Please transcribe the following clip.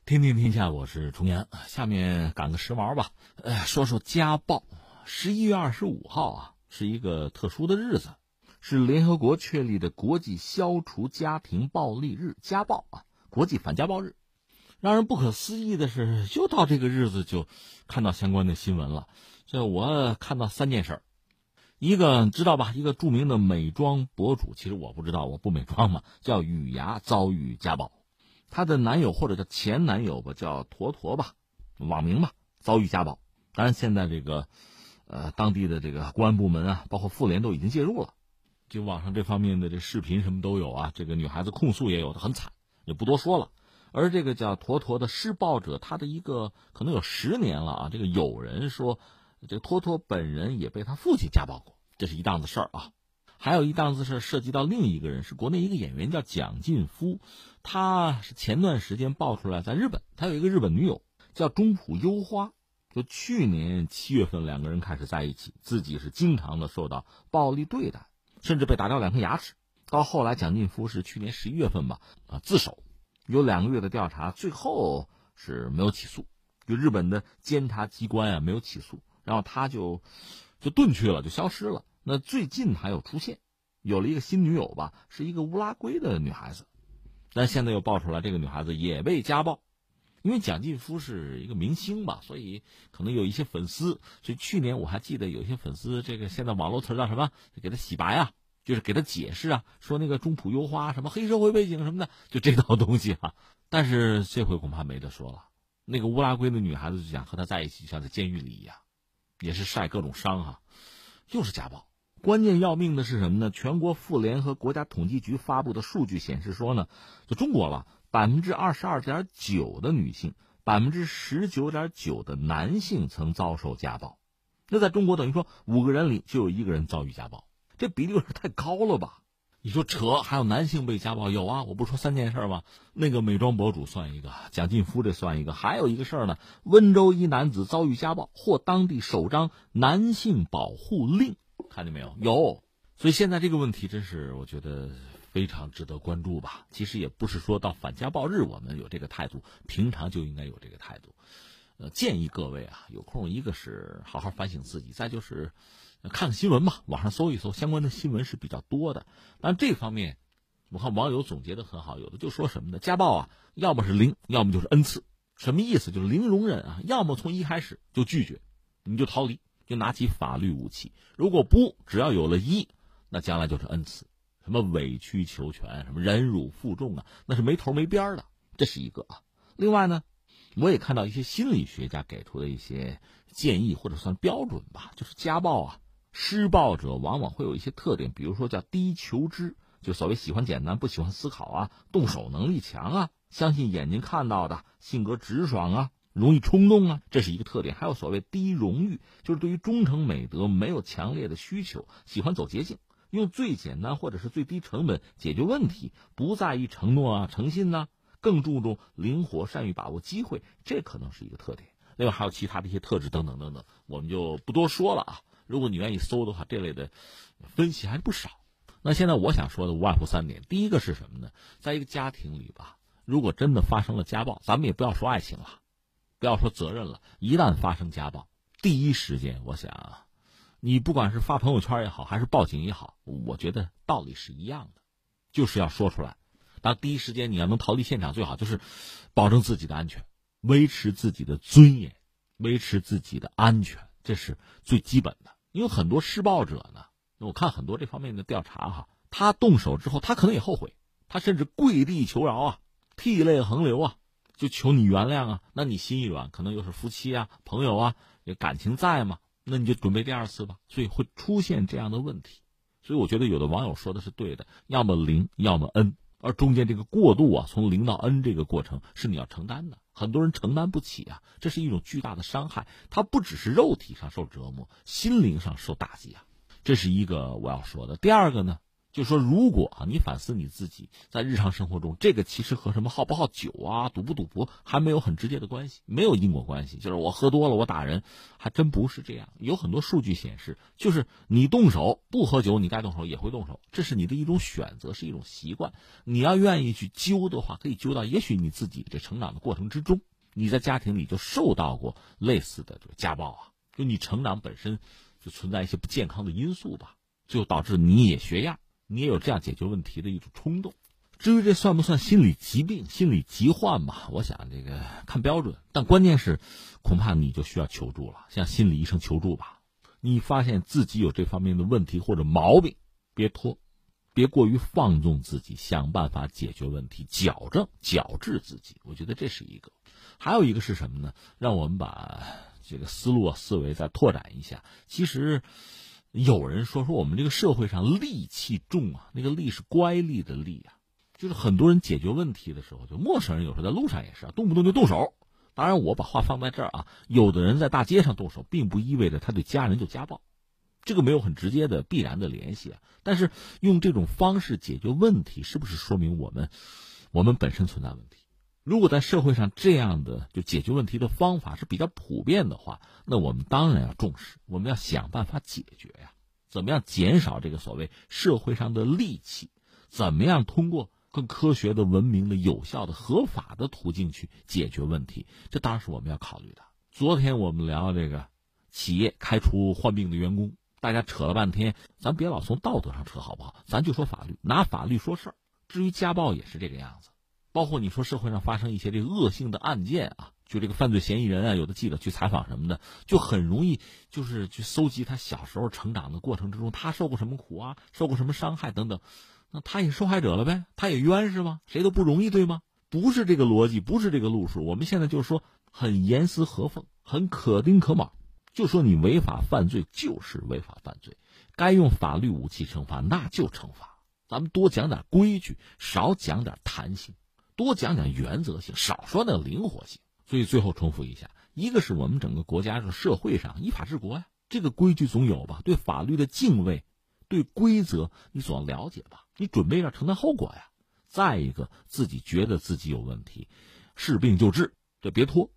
天天天下，我是重阳。下面赶个时髦吧，说说家暴。11月25号啊，是一个特殊的日子，是联合国确立的国际消除家庭暴力日，家暴啊，国际反家暴日。让人不可思议的是，就到这个日子就看到相关的新闻了。这我看到3件事。一个知道吧，一个著名的美妆博主，其实我不知道，我不美妆嘛，叫雨芽，遭遇家暴。她的男友或者叫前男友吧，叫坨坨吧，网名吧，遭遇家暴。当然现在这个当地的这个公安部门啊，包括妇联都已经介入了，就网上这方面的这视频什么都有啊，这个女孩子控诉也有的，很惨，也不多说了。而这个叫坨坨的施暴者，他的一个可能有10年了啊，这个有人说这个坨坨本人也被他父亲家暴过，这是一档子事儿啊。还有一档子事涉及到另一个人，是国内一个演员叫蒋劲夫，他是前段时间爆出来在日本，他有一个日本女友叫中浦优花，就去年7月份2个人开始在一起，自己是经常的受到暴力对待，甚至被打掉2颗牙齿。到后来蒋劲夫是去年11月份吧，自首，有2个月的调查，最后是没有起诉，就日本的监察机关啊没有起诉，然后他就遁去了，就消失了。那最近还有出现，有了一个新女友吧，是一个乌拉圭的女孩子，但现在又爆出来这个女孩子也被家暴。因为蒋劲夫是一个明星吧，所以可能有一些粉丝，所以去年我还记得有一些粉丝，这个现在网络词叫什么，给他洗白啊，就是给他解释啊，说那个中浦优花什么黑社会背景什么的，就这套东西啊。但是这回恐怕没得说了，那个乌拉圭的女孩子就想和他在一起，就像在监狱里一样，也是晒各种伤啊，又是家暴。关键要命的是什么呢？全国妇联和国家统计局发布的数据显示说呢，就中国了，22.9%的女性，19.9%的男性曾遭受家暴。那在中国等于说5个人里就有1个人遭遇家暴，这比例有点太高了吧？你说扯，还有男性被家暴？有啊，我不说3件事吗？那个美妆博主算一个，蒋劲夫这算一个，还有一个事儿呢，温州一男子遭遇家暴，获当地首张男性保护令。看见没有？有。所以现在这个问题真是我觉得非常值得关注吧。其实也不是说到反家暴日我们有这个态度，平常就应该有这个态度。建议各位啊，有空一个是好好反省自己，再就是看看新闻吧，网上搜一搜，相关的新闻是比较多的。但这方面我看网友总结的很好，有的就说什么呢？家暴啊，要么是0，要么就是 N 次。什么意思？就是零容忍啊，要么从一开始就拒绝，你就逃离，就拿起法律武器。如果不，只要有了1，那将来就是 N 次。什么委曲求全，什么忍辱负重啊，那是没头没边的。这是一个啊。另外呢，我也看到一些心理学家给出的一些建议或者算标准吧，就是家暴啊，施暴者往往会有一些特点，比如说叫低求知，就所谓喜欢简单不喜欢思考啊，动手能力强啊，相信眼睛看到的，性格直爽啊，容易冲动啊，这是一个特点。还有所谓低荣誉，就是对于忠诚美德没有强烈的需求，喜欢走捷径，用最简单或者是最低成本解决问题，不在意承诺啊、诚信啊，更注重灵活，善于把握机会，这可能是一个特点。另外还有其他的一些特质等等等等，我们就不多说了啊。如果你愿意搜的话，这类的分析还不少。那现在我想说的无外乎3点。第一个是什么呢？在一个家庭里吧，如果真的发生了家暴，咱们也不要说爱情了，不要说责任了，一旦发生家暴，第一时间我想啊，你不管是发朋友圈也好，还是报警也好，我觉得道理是一样的，就是要说出来。当第一时间你要能逃离现场，最好就是保证自己的安全，维持自己的尊严，维持自己的安全，这是最基本的。因为很多施暴者呢，我看很多这方面的调查哈，他动手之后他可能也后悔，他甚至跪地求饶啊，涕泪横流啊，就求你原谅啊。那你心一软，可能又是夫妻啊、朋友啊，感情在嘛，那你就准备第2次吧。所以会出现这样的问题。所以我觉得有的网友说的是对的，要么0，要么 N， 而中间这个过渡啊，从0到 N 这个过程是你要承担的。很多人承担不起啊，这是一种巨大的伤害，他不只是肉体上受折磨，心灵上受打击啊，这是一个我要说的。第二个呢， 就是说，如果你反思你自己在日常生活中，这个其实和什么好不好酒啊、赌不赌博还没有很直接的关系，没有因果关系。就是我喝多了我打人，还真不是这样。有很多数据显示，就是你动手不喝酒，你该动手也会动手，这是你的一种选择，是一种习惯。你要愿意去揪的话，可以揪到，也许你自己这成长的过程之中，你在家庭里就受到过类似的这个家暴啊，就你成长本身就存在一些不健康的因素吧，最后导致你也学样。你也有这样解决问题的一种冲动。至于这算不算心理疾病、心理疾患吧，我想这个看标准，但关键是恐怕你就需要求助了，向心理医生求助吧。你发现自己有这方面的问题或者毛病，别拖，别过于放纵自己，想办法解决问题，矫治自己。我觉得这是一个。还有一个是什么呢？让我们把这个思路思维再拓展一下。其实有人说我们这个社会上戾气重啊，那个戾是乖戾的戾啊，就是很多人解决问题的时候，就陌生人有时候在路上也是动不动就动手。当然我把话放在这儿啊，有的人在大街上动手，并不意味着他对家人就家暴，这个没有很直接的必然的联系啊。但是用这种方式解决问题，是不是说明我们本身存在问题？如果在社会上这样的就解决问题的方法是比较普遍的话，那我们当然要重视，我们要想办法解决呀。怎么样减少这个所谓社会上的戾气？怎么样通过更科学的、文明的、有效的、合法的途径去解决问题？这当然是我们要考虑的。昨天我们聊这个企业开除患病的员工，大家扯了半天，咱别老从道德上扯好不好？咱就说法律，拿法律说事儿。至于家暴也是这个样子。包括你说社会上发生一些这个恶性的案件啊，就这个犯罪嫌疑人啊，有的记者去采访什么的，就很容易就是去搜集他小时候成长的过程之中，他受过什么苦啊，受过什么伤害等等，那他也受害者了呗，他也冤是吗？谁都不容易对吗？不是这个逻辑，不是这个路数。我们现在就是说很严丝合缝，很可丁可卯，就说你违法犯罪就是违法犯罪，该用法律武器惩罚那就惩罚，咱们多讲点规矩，少讲点弹性。多讲讲原则性，少说那个灵活性。所以最后重复一下，一个是我们整个国家社会上依法治国呀，这个规矩总有吧，对法律的敬畏，对规则你总要了解吧，你准备着承担后果呀。再一个，自己觉得自己有问题，是病就治，这别拖，